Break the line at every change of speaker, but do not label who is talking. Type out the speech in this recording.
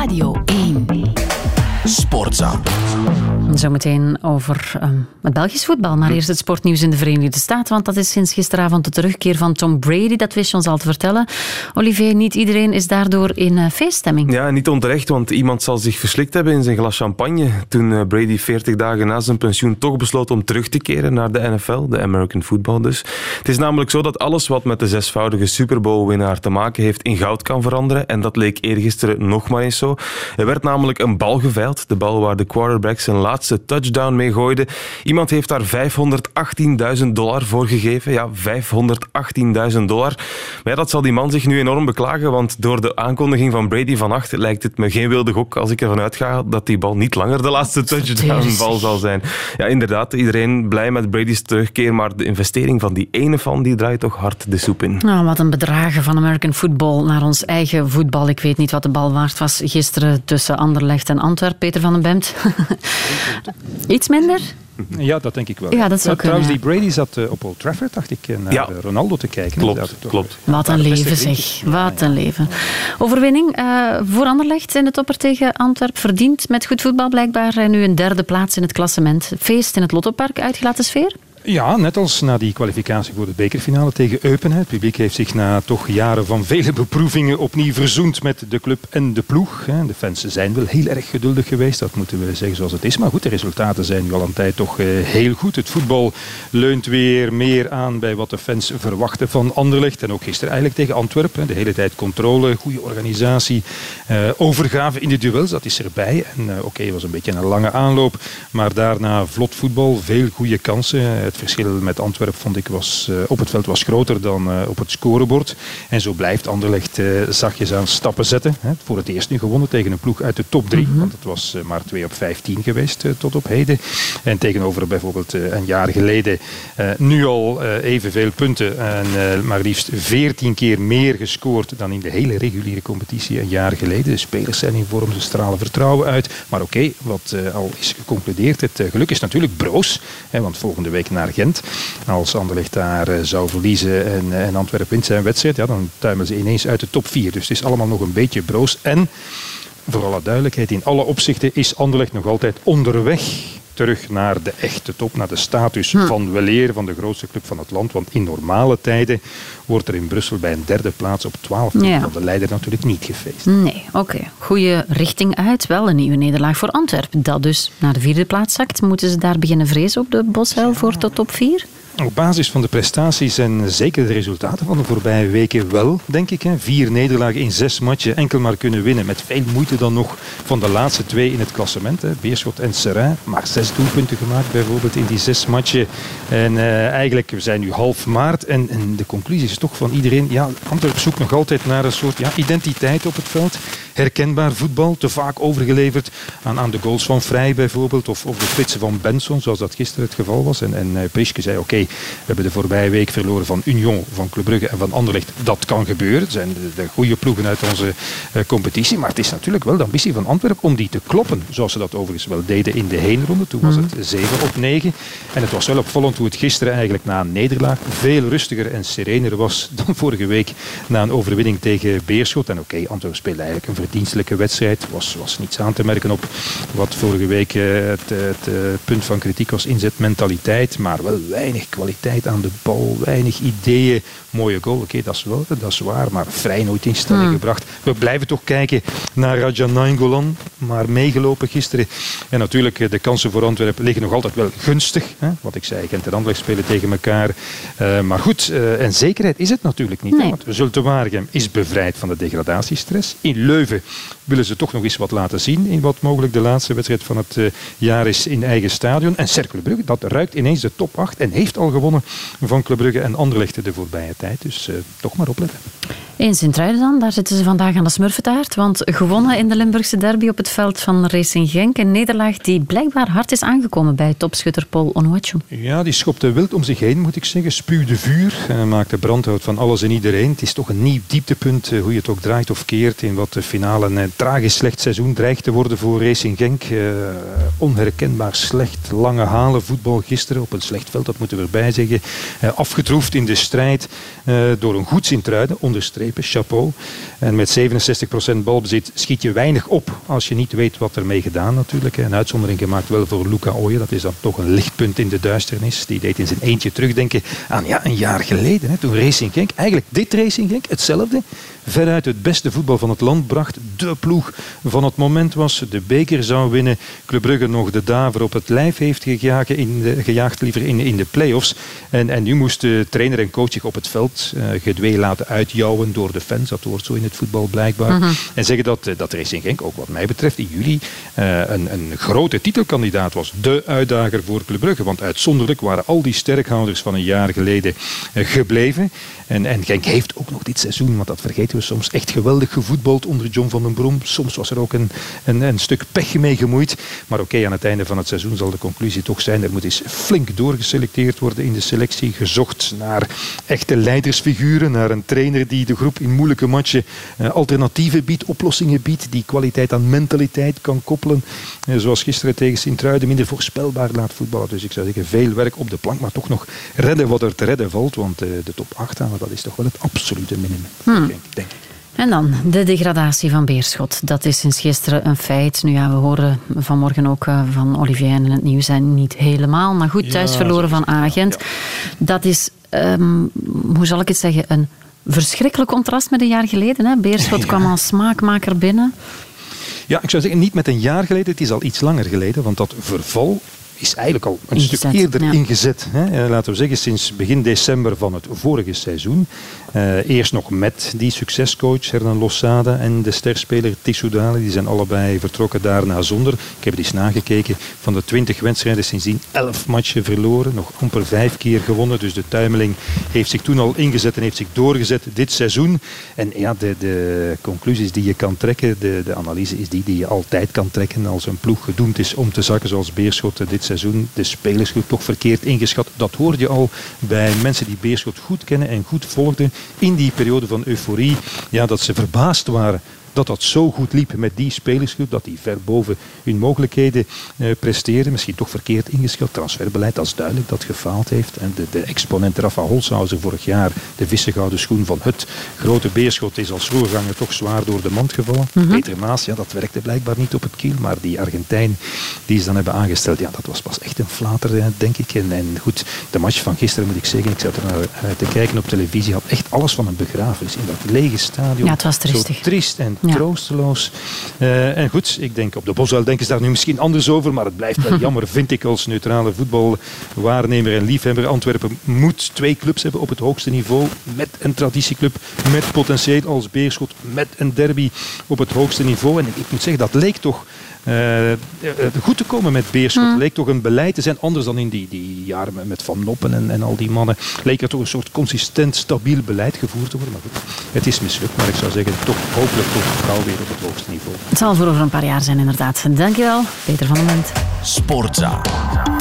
Radio 1. Sportza.
Zometeen over het Belgisch voetbal. Maar eerst het sportnieuws in de Verenigde Staten. Want dat is sinds gisteravond de terugkeer van Tom Brady. Dat wist je ons al te vertellen. Olivier, niet iedereen is daardoor in feeststemming.
Ja, niet onterecht, want iemand zal zich verslikt hebben in zijn glas champagne. Toen Brady 40 dagen na zijn pensioen toch besloot om terug te keren naar de NFL, de American Football dus. Het is namelijk zo dat alles wat met de 6-voudige Super Bowl-winnaar te maken heeft in goud kan veranderen. En dat leek eergisteren nog maar eens zo. Er werd namelijk een bal geveild. De bal waar de quarterback zijn laatste touchdown mee gooide. Iemand heeft daar $518.000 voor gegeven. Ja, $518.000. Maar ja, dat zal die man zich nu enorm beklagen, want door de aankondiging van Brady vannacht lijkt het me geen wilde gok als ik ervan uitga dat die bal niet langer de laatste touchdown-bal zal zijn. Ja, inderdaad, iedereen blij met Brady's terugkeer, maar de investering van die ene fan, die draait toch hard de soep in.
Nou, wat een bedragen van American Football naar ons eigen voetbal. Ik weet niet wat de bal waard was gisteren tussen Anderlecht en Antwerpen. Peter van den Bemt. Iets minder?
Ja, dat denk ik wel.
Ja, dat zou
trouwens,
kunnen,
die Brady zat op Old Trafford, dacht ik, naar Ronaldo te kijken.
Klopt.
Wat een leven, zeg. Wat een leven. Overwinning voor Anderlecht in de topper tegen Antwerpen. Verdiend met goed voetbal blijkbaar. En nu een derde plaats in het klassement. Feest in het Lottopark, uitgelaten sfeer? Ja,
net als na die kwalificatie voor de bekerfinale tegen Eupen. Het publiek heeft zich na toch jaren van vele beproevingen opnieuw verzoend met de club en de ploeg. De fans zijn wel heel erg geduldig geweest, dat moeten we zeggen zoals het is. Maar goed, de resultaten zijn nu al een tijd toch heel goed. Het voetbal leunt weer meer aan bij wat de fans verwachten van Anderlecht. En ook gisteren eigenlijk tegen Antwerpen. De hele tijd controle, goede organisatie, overgave in de duels, dat is erbij. En het was een beetje een lange aanloop. Maar daarna vlot voetbal, veel goede kansen. Het verschil met Antwerpen, vond ik, op het veld was groter dan op het scorebord. En zo blijft Anderlecht zachtjes aan stappen zetten. Voor het eerst nu gewonnen tegen een ploeg uit de top 3. Want het was maar 2 op 15 geweest tot op heden. En tegenover bijvoorbeeld een jaar geleden nu al evenveel punten. En maar liefst 14 keer meer gescoord dan in de hele reguliere competitie een jaar geleden. De spelers zijn in vorm, ze stralen vertrouwen uit. Maar wat al is geconcludeerd, het geluk is natuurlijk broos. Want volgende week naar Gent. Als Anderlecht daar zou verliezen en Antwerpen wint zijn wedstrijd, ja, dan tuimelen ze ineens uit de top 4. Dus het is allemaal nog een beetje broos. En, voor alle duidelijkheid, in alle opzichten is Anderlecht nog altijd onderweg terug naar de echte top, naar de status van weleer, van de grootste club van het land. Want in normale tijden wordt er in Brussel bij een derde plaats op 12 van de leider natuurlijk niet gefeest. Nee,
Goede richting uit. Wel een nieuwe nederlaag voor Antwerpen. Dat dus naar de 4e plaats zakt. Moeten ze daar beginnen vrezen op de Bosuil voor tot top 4?
Op basis van de prestaties en zeker de resultaten van de voorbije weken wel, denk ik. 4 nederlagen in 6 matchen, enkel maar kunnen winnen. Met veel moeite dan nog van de laatste 2 in het klassement. Beerschot en Seraing. Maar 6 doelpunten gemaakt bijvoorbeeld in die 6 matchen. En eigenlijk, we zijn nu half maart. En de conclusie is toch van iedereen. Ja, Antwerpen zoekt nog altijd naar een soort identiteit op het veld. Herkenbaar voetbal, te vaak overgeleverd aan de goals van Vrij bijvoorbeeld. Of de spitsen van Benson, zoals dat gisteren het geval was. En Prischke zei, we hebben de voorbije week verloren van Union, van Club Brugge en van Anderlecht. Dat kan gebeuren. Het zijn de goede ploegen uit onze competitie. Maar het is natuurlijk wel de ambitie van Antwerpen om die te kloppen. Zoals ze dat overigens wel deden in de heenronde. Toen was het 7 op 9. En het was wel opvallend hoe het gisteren eigenlijk na een nederlaag veel rustiger en serener was dan vorige week na een overwinning tegen Beerschot. En Antwerpen speelde eigenlijk een verdienstelijke wedstrijd. Was niets aan te merken op wat vorige week het punt van kritiek was, inzetmentaliteit. Maar wel weinig kwaliteit aan de bal, weinig ideeën. Mooie goal, dat is waar, maar vrij nooit in stelling gebracht. We blijven toch kijken naar Raja Nainggolan, maar meegelopen gisteren. En natuurlijk, de kansen voor Antwerpen liggen nog altijd wel gunstig. Wat ik zei, Gent en Anderlecht spelen tegen elkaar. Maar goed, en zekerheid is het natuurlijk niet. Nee. Want Zulte Waregem is bevrijd van de degradatiestress. In Leuven willen ze toch nog eens wat laten zien in wat mogelijk de laatste wedstrijd van het jaar is in eigen stadion. En Cercle Brugge, dat ruikt ineens de top 8 en heeft al gewonnen van Club Brugge en Anderlecht de voorbije tijd. Dus toch maar opletten.
In Sint-Truiden dan, daar zitten ze vandaag aan de smurfentaart. Want gewonnen in de Limburgse derby op het veld van Racing Genk. Een nederlaag die blijkbaar hard is aangekomen bij topschutter Paul Onuachu.
Ja, die schopte wild om zich heen, moet ik zeggen. Spuwde vuur en maakte brandhout van alles en iedereen. Het is toch een nieuw dieptepunt, hoe je het ook draait of keert, in wat de finale een tragisch slecht seizoen dreigt te worden voor Racing Genk. Onherkenbaar slecht, lange halen voetbal gisteren op een slecht veld, dat moeten we erbij zeggen. Afgetroefd in de strijd door een goed Sint-Truiden, onderstreep onderstrepen, chapeau. En met 67% balbezit schiet je weinig op als je niet weet wat ermee gedaan natuurlijk. Een uitzondering gemaakt wel voor Luca Ooyen. Dat is dan toch een lichtpunt in de duisternis. Die deed in zijn eentje terugdenken aan een jaar geleden. Hè, toen Racing Genk, eigenlijk dit Racing Genk, hetzelfde, veruit het beste voetbal van het land bracht. De ploeg van het moment was. De beker zou winnen. Club Brugge nog de daver op het lijf heeft gejaagd in de play-offs. En nu moesten trainer en coach zich op het veld gedwee laten uitjouwen door de fans. Dat hoort zo in het voetbal blijkbaar. En zeggen dat Racing Genk, ook wat mij betreft, in juli een grote titelkandidaat was. De uitdager voor Club Brugge. Want uitzonderlijk waren al die sterkhouders van een jaar geleden gebleven. En Genk heeft ook nog dit seizoen, want dat vergeten we soms, echt geweldig gevoetbald onder John van den Brom. Soms was er ook een stuk pech mee gemoeid. Maar oké, aan het einde van het seizoen zal de conclusie toch zijn, er moet eens flink doorgeselecteerd worden in de selectie. Gezocht naar echte leidersfiguren, naar een trainer die de groep in moeilijke matchen alternatieven biedt, oplossingen biedt, die kwaliteit aan mentaliteit kan koppelen. Zoals gisteren tegen Sint-Truiden, minder voorspelbaar laat voetballen. Dus ik zou zeggen, veel werk op de plank, maar toch nog redden wat er te redden valt. Want de top 8 halen, dat is toch wel het absolute minimum, denk ik.
En dan de degradatie van Beerschot. Dat is sinds gisteren een feit. Nu ja, we horen vanmorgen ook van Olivier in het nieuws en niet helemaal. Maar goed, thuis verloren van Agent. Ja. Dat is, hoe zal ik het zeggen, een verschrikkelijk contrast met een jaar geleden. Hè? Beerschot kwam als smaakmaker binnen.
Ja, ik zou zeggen, niet met een jaar geleden. Het is al iets langer geleden, want dat verval is eigenlijk al een stuk eerder ingezet. Hè? Laten we zeggen, sinds begin december van het vorige seizoen. Eerst nog met die succescoach Hernan Losada en de sterspeler Tissou Dali. Die zijn allebei vertrokken, daarna zonder. Ik heb het eens nagekeken. Van de 20 wedstrijden sindsdien 11 matchen verloren. Nog amper 5 keer gewonnen. Dus de tuimeling heeft zich toen al ingezet en heeft zich doorgezet dit seizoen. En ja, de conclusies die je kan trekken, de analyse is die je altijd kan trekken als een ploeg gedoemd is om te zakken zoals Beerschot dit seizoen. De spelersgroep toch verkeerd ingeschat. Dat hoorde je al bij mensen die Beerschot goed kennen en goed volgden in die periode van euforie. Ja, dat ze verbaasd waren dat dat zo goed liep met die spelersgroep, dat die ver boven hun mogelijkheden presteren. Misschien toch verkeerd ingeschat. Transferbeleid, dat is duidelijk, dat gefaald heeft. En de exponent Rafa Holshouser vorig jaar, de vissengouden schoen van het grote Beerschot, is als voorganger toch zwaar door de mand gevallen. Peter Maas, ja, dat werkte blijkbaar niet op het kiel, maar die Argentijn die ze dan hebben aangesteld, ja, dat was pas echt een flater, denk ik. En goed, de match van gisteren, moet ik zeggen, ik zat er naar te kijken op televisie, had echt alles van een begrafenis in dat lege stadion.
Ja, het was triestig.
Zo triest en troosteloos. En goed, ik denk op de Bosuil denken ze daar nu misschien anders over, maar het blijft wel jammer, vind ik, als neutrale voetbalwaarnemer en liefhebber. Antwerpen moet 2 clubs hebben op het hoogste niveau, met een traditieclub, met potentieel als Beerschot, met een derby op het hoogste niveau. En ik moet zeggen, dat leek toch goed te komen met Beerschot. Het leek toch een beleid te zijn, anders dan in die jaren met Van Noppen en al die mannen. Leek er toch een soort consistent, stabiel beleid gevoerd te worden. Maar goed, het is mislukt, maar ik zou zeggen, toch hopelijk toch gauw weer op het hoogste niveau.
Het zal voor over een paar jaar zijn, inderdaad. Dankjewel, Peter van den Bent.
Sportza.